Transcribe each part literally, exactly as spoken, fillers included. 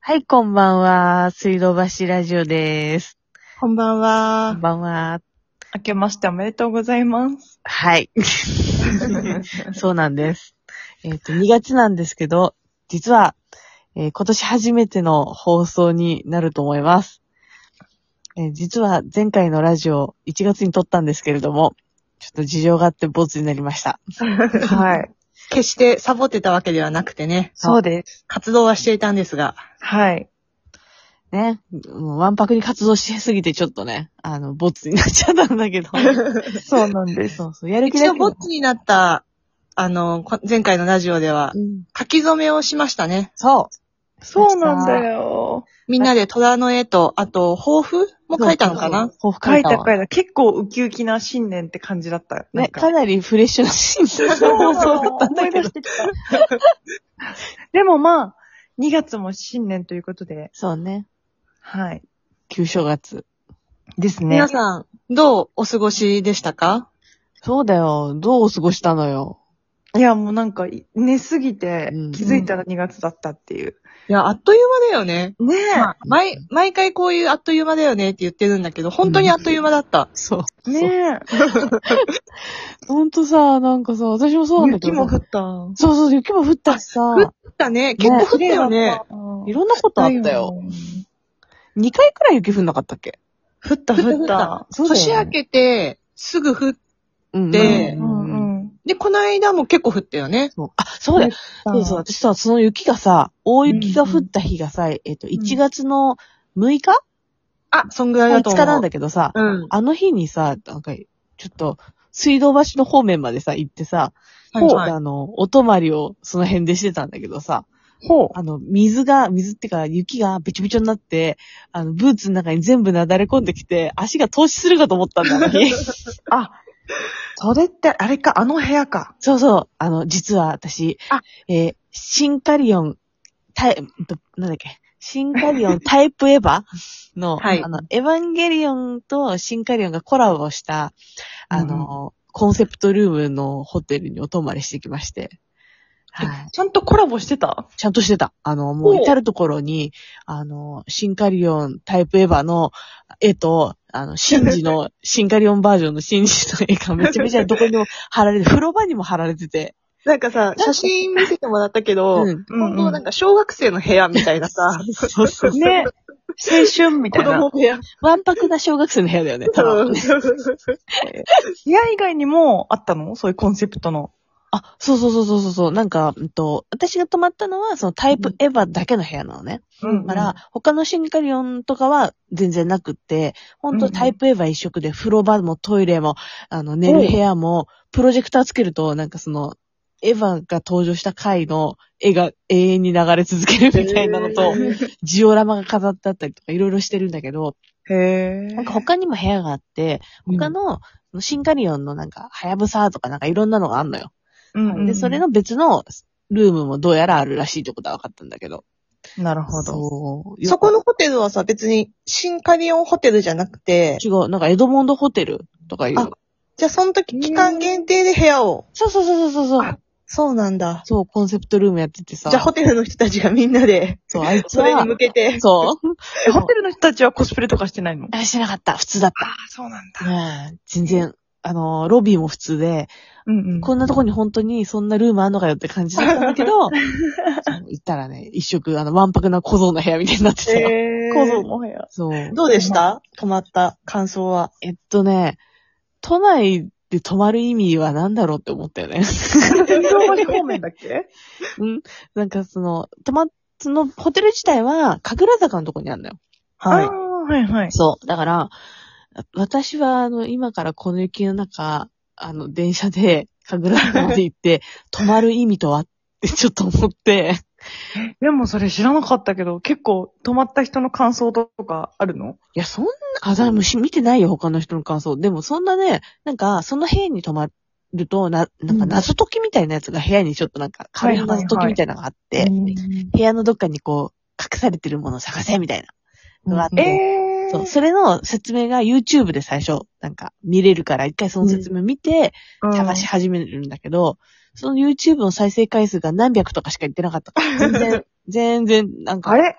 はい、こんばんは。水道橋ラジオです。 こんばんは。 こんばんは。 明けましておめでとうございます。 はい。そうなんです。えっと、にがつなんですけど、実は、えー今年初めての放送になると思います。えー実は前回のラジオいちがつに撮ったんですけれども、ちょっと事情があってボツになりました。 はい。 決してサボってたわけではなくてね、 そうです。 活動はしていたんですが。 はい。 ね。もうわんぱくに活動しすぎてちょっとね、あの、ボツになっちゃったんだけど。 そうなんです。 そうそう、やる気だけ一応ぼっちになった、あの、こ前回のラジオではう、ん、 書き初めをしましたね。 そう。 そうなんだよ。 みんなで虎の絵と、あと、抱負も書いたのかな。 抱負書い書いたわ。 た書いた。結構ウキウキな新年って感じだったよ。なんね、 かかなりフレッシュなシーンの放送だったんだけど思い出し。てきた。でもまあ、にがつも新年ということで。 そうね。 はい。 旧正月。 ですね皆。さん、どうお過ごしでしたか？ そうだよ。どうお過ごしたのよ。 いや、もうなんか、寝すぎてうん気づいたらにがつだったっていう。 いや、あっという間だよね。 ねえ。 まあ、毎、毎回こういうあっという間だよねって言ってるんだけど、本当にあっという間だった。 そう。 ねえ。 ほんとさ、なんかさ、私もそうなんだけどさ。 雪も降った。 そうそう、雪も降ったしさ。 降ったね。結構降ったよね。 いろんなことあったよ。にかいくらい雪降んなかったっけ？ 降った降った。 そうだよね年明けて、すぐ降っうんでうんうんうんうん。 で、この間も結構降ったよね。 そうあ、そうだよ。そうそう、私さ、その雪がさ、大雪が降った日がさ、えっと、いちがつのむいかあ、そんぐらいだと 5 思う。 日なんだけどさ、 うん。 あの日にさ、なんか、ちょっと、水道橋の方面までさ、行ってさ、 はいはい。 あの、お泊まりをその辺でしてたんだけどさ、 ほあの、水が、水ってか雪がべちょべちょになって、あの、ブーツの中に全部なだれ込んできて、足が透視するかと思ったんだ、あの日。 あ、それって、あれか、あの部屋か。 そうそう、あの、実は私、 あえーシンカリオン、タイ、なんだっけ、シンカリオンタイプエヴァの、 はいあの、エヴァンゲリオンとシンカリオンがコラボした、あの、コンセプトルームのホテルにお泊まりしてきまして。はい。 ちゃんとコラボしてた？ ちゃんとしてた。あの、もう至るところに、あの、シンカリオンタイプエヴァの絵と、あの、シンジの、シンカリオンバージョンのシンジの絵がめちゃめちゃどこにも貼られて、風呂場にも貼られてて。 なんかさ、写真見せてもらったけど、 うん本当なんか小学生の部屋みたいなさ、 そうそうそう。 ね。青春みた子いな。 供部屋。 わんぱくな小学生の部屋だよね、ただのね。 部屋以外にもあったの？そういうコンセプトの。 あ、そうそうそうそうそう。なんか、うんと、私が泊まったのは、そのタイプエヴァだけの部屋なのね。 うんだから、他のシンカリオンとかは全然なくって、ほんとタイプエヴァ一色で、風呂場もトイレも、あの、寝る部屋も、プロジェクターつけると、なんかその、エヴァが登場した回の絵が永遠に流れ続けるみたいなのと、ジオラマが飾ってあったりとかいろいろしてるんだけど、 へぇなんか他にも部屋があって、他の、シンカリオンのなんか、ハヤブサとかなんかいろんなのがあんのよ。 うんで、それの別のルームもどうやらあるらしいってことは分かったんだけど。 なるほど。 そう。 そこのホテルはさ、別にシンカリオンホテルじゃなくて、 違う、なんかエドモンドホテルとかいう。 あじゃあその時期間限定で部屋を。 そうそうそうそうそう。 あそうなんだ。 そう、コンセプトルームやっててさ。 じゃあホテルの人たちがみんなで、 そう、あいつそれには、 向けて。 そう。 えホテルの人たちはコスプレとかしてないの？ あ、してなかった。普通だっあ、そうなんた。ねえ、全然、あのー、ロビーも普通で、 うんうん。 こんなとこに本当にそんなルームあんのかよって感じだったんだけど、そう行ったらね、一色、あの、わんぱくな小僧の部屋みたいになってたよ。 え小僧の部屋。 そう。 どうでした泊まった感想は。 えっとね、都内で泊まる意味は何だろうって思ったよね。 水道橋方面だっけ？ うん。なんかその、泊ま、そのホテル自体は、神楽坂のとこにあるのよ。 はい。 あーはいはい。 そう。だから、私は、あの、今からこの雪の中、あの、電車で、神楽坂まで行って、泊まる意味とはってちょっと思って、 でもそれ知らなかったけど、結構泊まった人の感想とかあるの？ いや、そんな、あ、だ、もう見てないよ、他の人の感想。でも、そんなね、なんか、その部屋に泊まると、な、なんか謎解きみたいなやつが部屋にちょっとなんか、軽い謎解きみたいなのがあって、部屋のどっかにこう、隠されてるものを探せ、みたいなのがあって、 えー。 そう、それの説明が YouTube で最初、なんか見れるから一回その説明見て探し始めるんだけど、その YouTube の再生回数が何百とかしか言ってなかったから、全然、全然、なんか。 あれ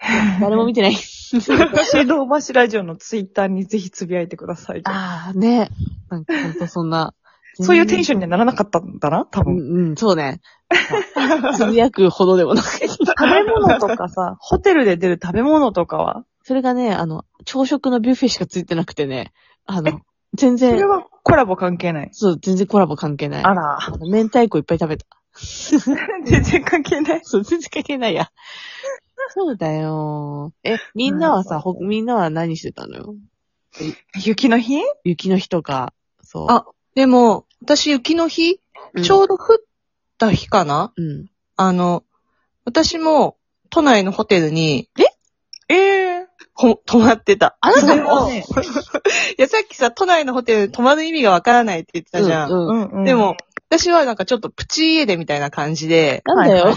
誰も見てない。 水道橋ラジオのツイッターにぜひつぶやいてください。 ああ、ね。なんかほんとそんな。 そういうテンションにはならなかったんだな、多う分。 ん、うん、そうね。つぶやくほどでもない。 食べ物とかさ、ホテルで出る食べ物とかはそれがね、あの、朝食のビュッフェしかついてなくてね、あの、全然、 それはコラボ関係ない。 そう、全然コラボ関係ない。 あら。 あの明太子いっぱい食べた。 全然関係ない。 そう、全然関係ないや。そうだよ。え、みんなはさ、ほ、みんなは何してたのよ？ 雪の日雪の日とか、そう。 あ、でも、私雪の日、 うん、 ちょうど降った日かな、 うん。 あの、私も都内のホテルに、 ええー。 ほ、泊まってた。 あなたも、 ね、いや、さっきさ、都内のホテルに泊まる意味がわからないって言ってたじゃん。 うんうんうんうん。 でも、私はなんかちょっとプチ家出みたいな感じで、 なんだよ。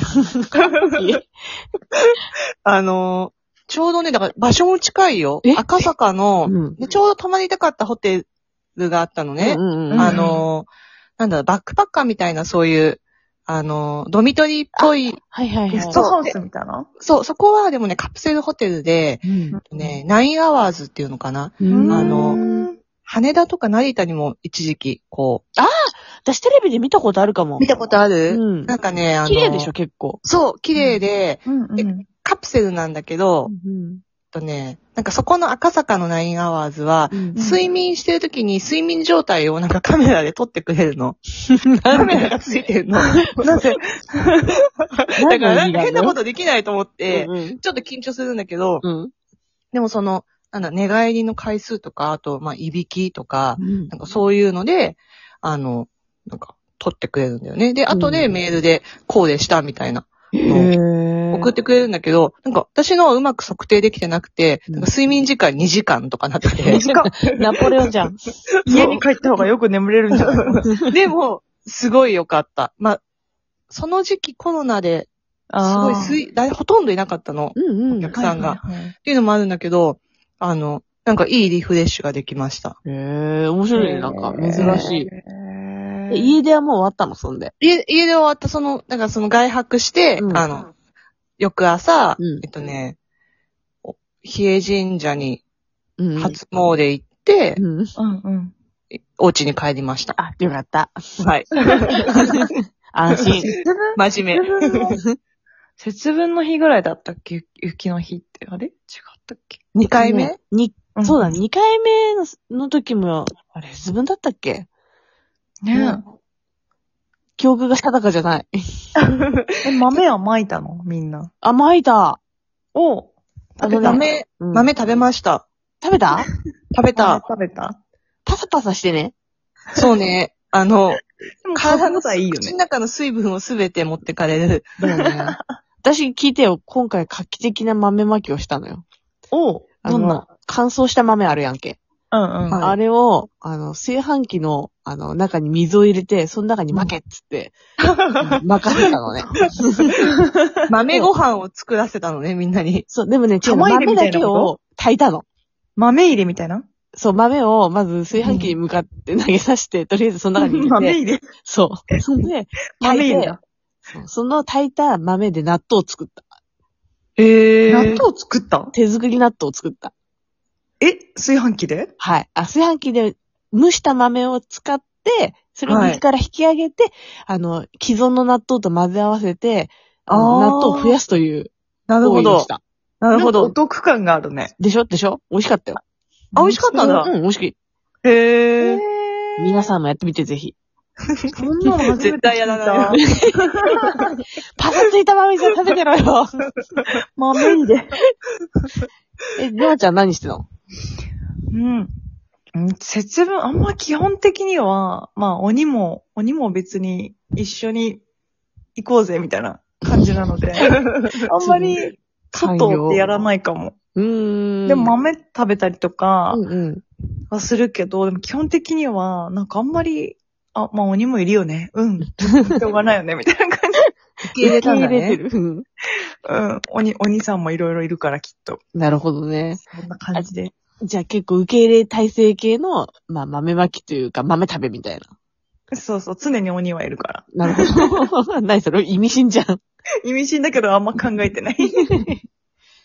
あの、ちょうどね、だから場所も近いよえ。 赤坂の、 うんで、ちょうど泊まりたかったホテルがあったのね。 うんうんうんあの、なんだろう、バックパッカーみたいなそういう、あの、ドミトリーっぽい、 はいはいはい。 ゲストハウスみたいなそう、そこはでもね、カプセルホテルで、 うん。 ね、ナインアワーズっていうのかな。 うんあの羽田とか成田にも一時期、こ私テレビで見たことあるかも。 う、見たことある、 うんなんかね、あの、 綺麗でしょ、結構。 そう、綺麗で、 うんうん。 カプセルなんだけど、 うん。 えっとね、なんかそこの赤坂のナインアワーズは、 うん睡眠してる時に睡眠状態をなんかカメラで撮ってくれるの。カメラがついてるの。 なぜだからなんか変なことできないと思って、 うんちょっと緊張するんだけど、 うん。 でもその、なんだ、寝返りの回数とか、あと、まあ、いびきとか、 うん。 なんかそういうので、あの、なんか、撮ってくれるんだよね。で、後でメールで、こうでしたみたいな、 へー。 送ってくれるんだけど、なんか、私のはうまく測定できてなくて、 うんなんか睡眠時間にじかんとかなってて。 短っナポレオンじゃん。 家に帰った方がよく眠れるんじゃないでも、すごい良かった。まあ、その時期コロナで、すごい水、だいほとんどいなかったの。 うんうん。 お客さんがはいはいはいっていうのもあるんだけど、あの、なんかいいリフレッシュができました。 へえ、面白いね、なんか、珍しい。 へえー家出はもう終わったの、そんで。 家、家で終わった、その、だからその外泊して、 うんあの、翌朝、 うんえっとね、お比叡神社にうん。 初詣行って、 うん。 うんうん。 お家に帰りました。 あ、よかった。 はい。 安心。 真面目。 節分の、節分の日ぐらいだったっけ雪の日って。あれ違ったっけにかいめに、 うんそうだ、にかいめのの時も、あれ、節分だったっけね記憶が定かじゃない。 え。え、豆は巻いたのみんな。 あ、巻いた。 おう。 あのね豆、 うん豆食べました。 食べた食べた。 食べたパサパサしてね。 そうね。あの、体の体のいいよね。 口の中の水分をすべて持ってかれる。 だよね。私聞いてよ、今回画期的な豆巻きをしたのよ。 おう。 あどんなの、乾燥した豆あるやんけ。 うんうん。 はいあれを、あの、炊飯器の、あの、中に水を入れて、その中に巻けっつって、巻かせたのね。 豆ご飯を作らせたのね、みんなに。 そう、でもね、違うの、 玉入れ豆だみたいなことけを炊いたの。 豆入れみたいなそう、豆を、まず炊飯器に向かって投げさして、とりあえずその中に入れて、 豆入れそう。そんで、炊いて豆入れだ。 そうその炊いた豆で納豆を作った。 へ納豆作った手作り納豆を作った。 え炊飯器ではい。あ、炊飯器で蒸した豆を使って、それを水から引き上げて、あの、既存の納豆と混ぜ合わせて、あのあー納豆を増やすというなるほど行為をし。た。 なるほどなんかお。得感があるね。 でしょでしょ美味しかったよ。 あ、美味しかったんだ。 うん、美味しい。 へー。 皆さんもやってみて、ぜひ。 そんなの初めて聞い絶対やらないよパサついた豆じゃ食べてろよ。 豆入れ。 え、りょうちゃん何してたの？ うん。うん節分、あんま基本的には、まあ、鬼も、鬼も別に一緒に行こうぜ、みたいな感じなので、あんまり、外ってやらないかも。 うーん。 でも豆食べたりとかうんうん。 はするけど、でも基本的には、なんかあんまり、あ、まあ鬼もいるよね。うん。しょうがないよね、みたいな感じ。 受け入れたんだね。 受け入れてる。うんうん。鬼、鬼さんもいろいろいるからきっと。 なるほどね。 そんな感じで。 じゃあ結構受け入れ体制系の、まあ豆巻きというか豆食べみたいな。 そうそう、常に鬼はいるから。 なるほど。何それ意味深じゃん。 意味深だけどあんま考えてない。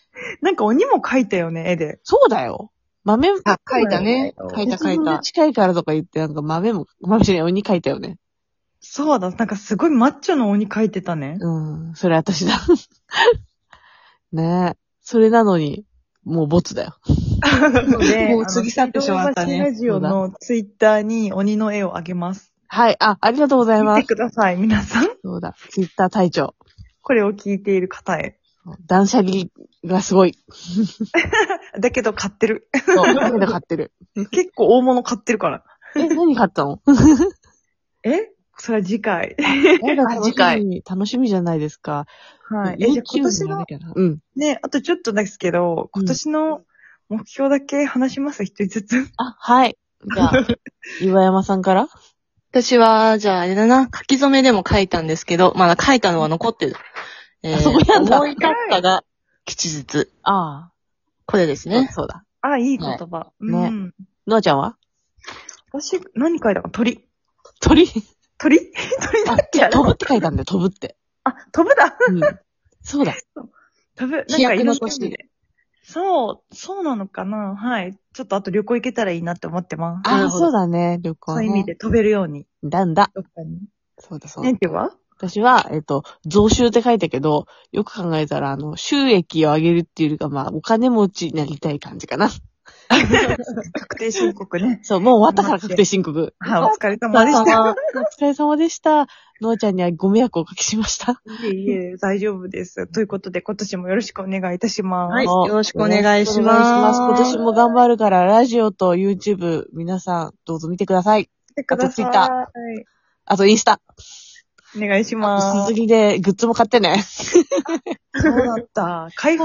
なんか鬼も描いたよね、絵で。 そうだよ。豆、 あ、書いたね。書いた書い節分がた。 近いからとか言って、なんか豆も、豆じゃない、鬼書いたよね。 そうだ、なんかすごいマッチョの鬼描いてたね。 うん、それ私だ。ねえ。それなのに、もうボツだよ。 でもう過ぎ去ってしまったねラジオのツイッターに鬼の絵をあげます。 はい、あ、ありがとうございま見す。 てください、皆さん。 そうだ、ツイッター隊長。 これを聞いている方へ。 断捨離がすごい。 だけど買ってる。 そう、だけど買ってる。 結構大物買ってるから。 え、何買ったのえそれは次回。 やだ、楽し次回。 み、楽しみじゃないですか。 はい。え、じゃあ今年 YouTube もやらのなきゃな、うん。 ね、あとちょっとですけど、今年の目標だけ話します、一人ずつ。 あ、はい。じゃあ、岩山さんから私は、じゃああれだな、書き初めでも書いたんですけど、まだ書いたのは残ってる。えあそこやんだ思い立ったが吉日。 あこれですあ、 ね。 そうだ。 あ、いい言葉。 ねうん。 のあちゃんは私、何書いたか鳥。 鳥鳥鳥だあっけ、あれ飛ぶって書いたんだよ、飛ぶって。 あ、飛ぶだ。 うん。そうだ。 飛ぶ。なん飛躍のかいろんな年意味で。そう、そうなのかな。はい。ちょっとあと旅行行けたらいいなって思ってます。 ああ、 なるほどそうだね、旅行ね。 そういう意味で飛べるように。 だんだ。 どっかに。 そうだそうだね。ては私は、えっと、増収って書いたけど、よく考えたら、あの、収益を上げるっていうよりか、まあ、お金持ちになりたい感じかな。 確定申告ね。 そう、もう終わったから確定申告。 はい、お疲れ様でした。 お疲れ様でした。のあちゃんにはご迷惑をおかけしました。 いえいえ、大丈夫です。ということで、今年もよろしくお願いいたします。 はいおよろしくお願いしますお願いします。今年も頑張るから、ラジオと YouTube、皆さん、どうぞ見てください。 来てください。 あと Twitter はい。 あと、インスタ。 お願いします。 続きでグッズも買ってね。 そうだった。開放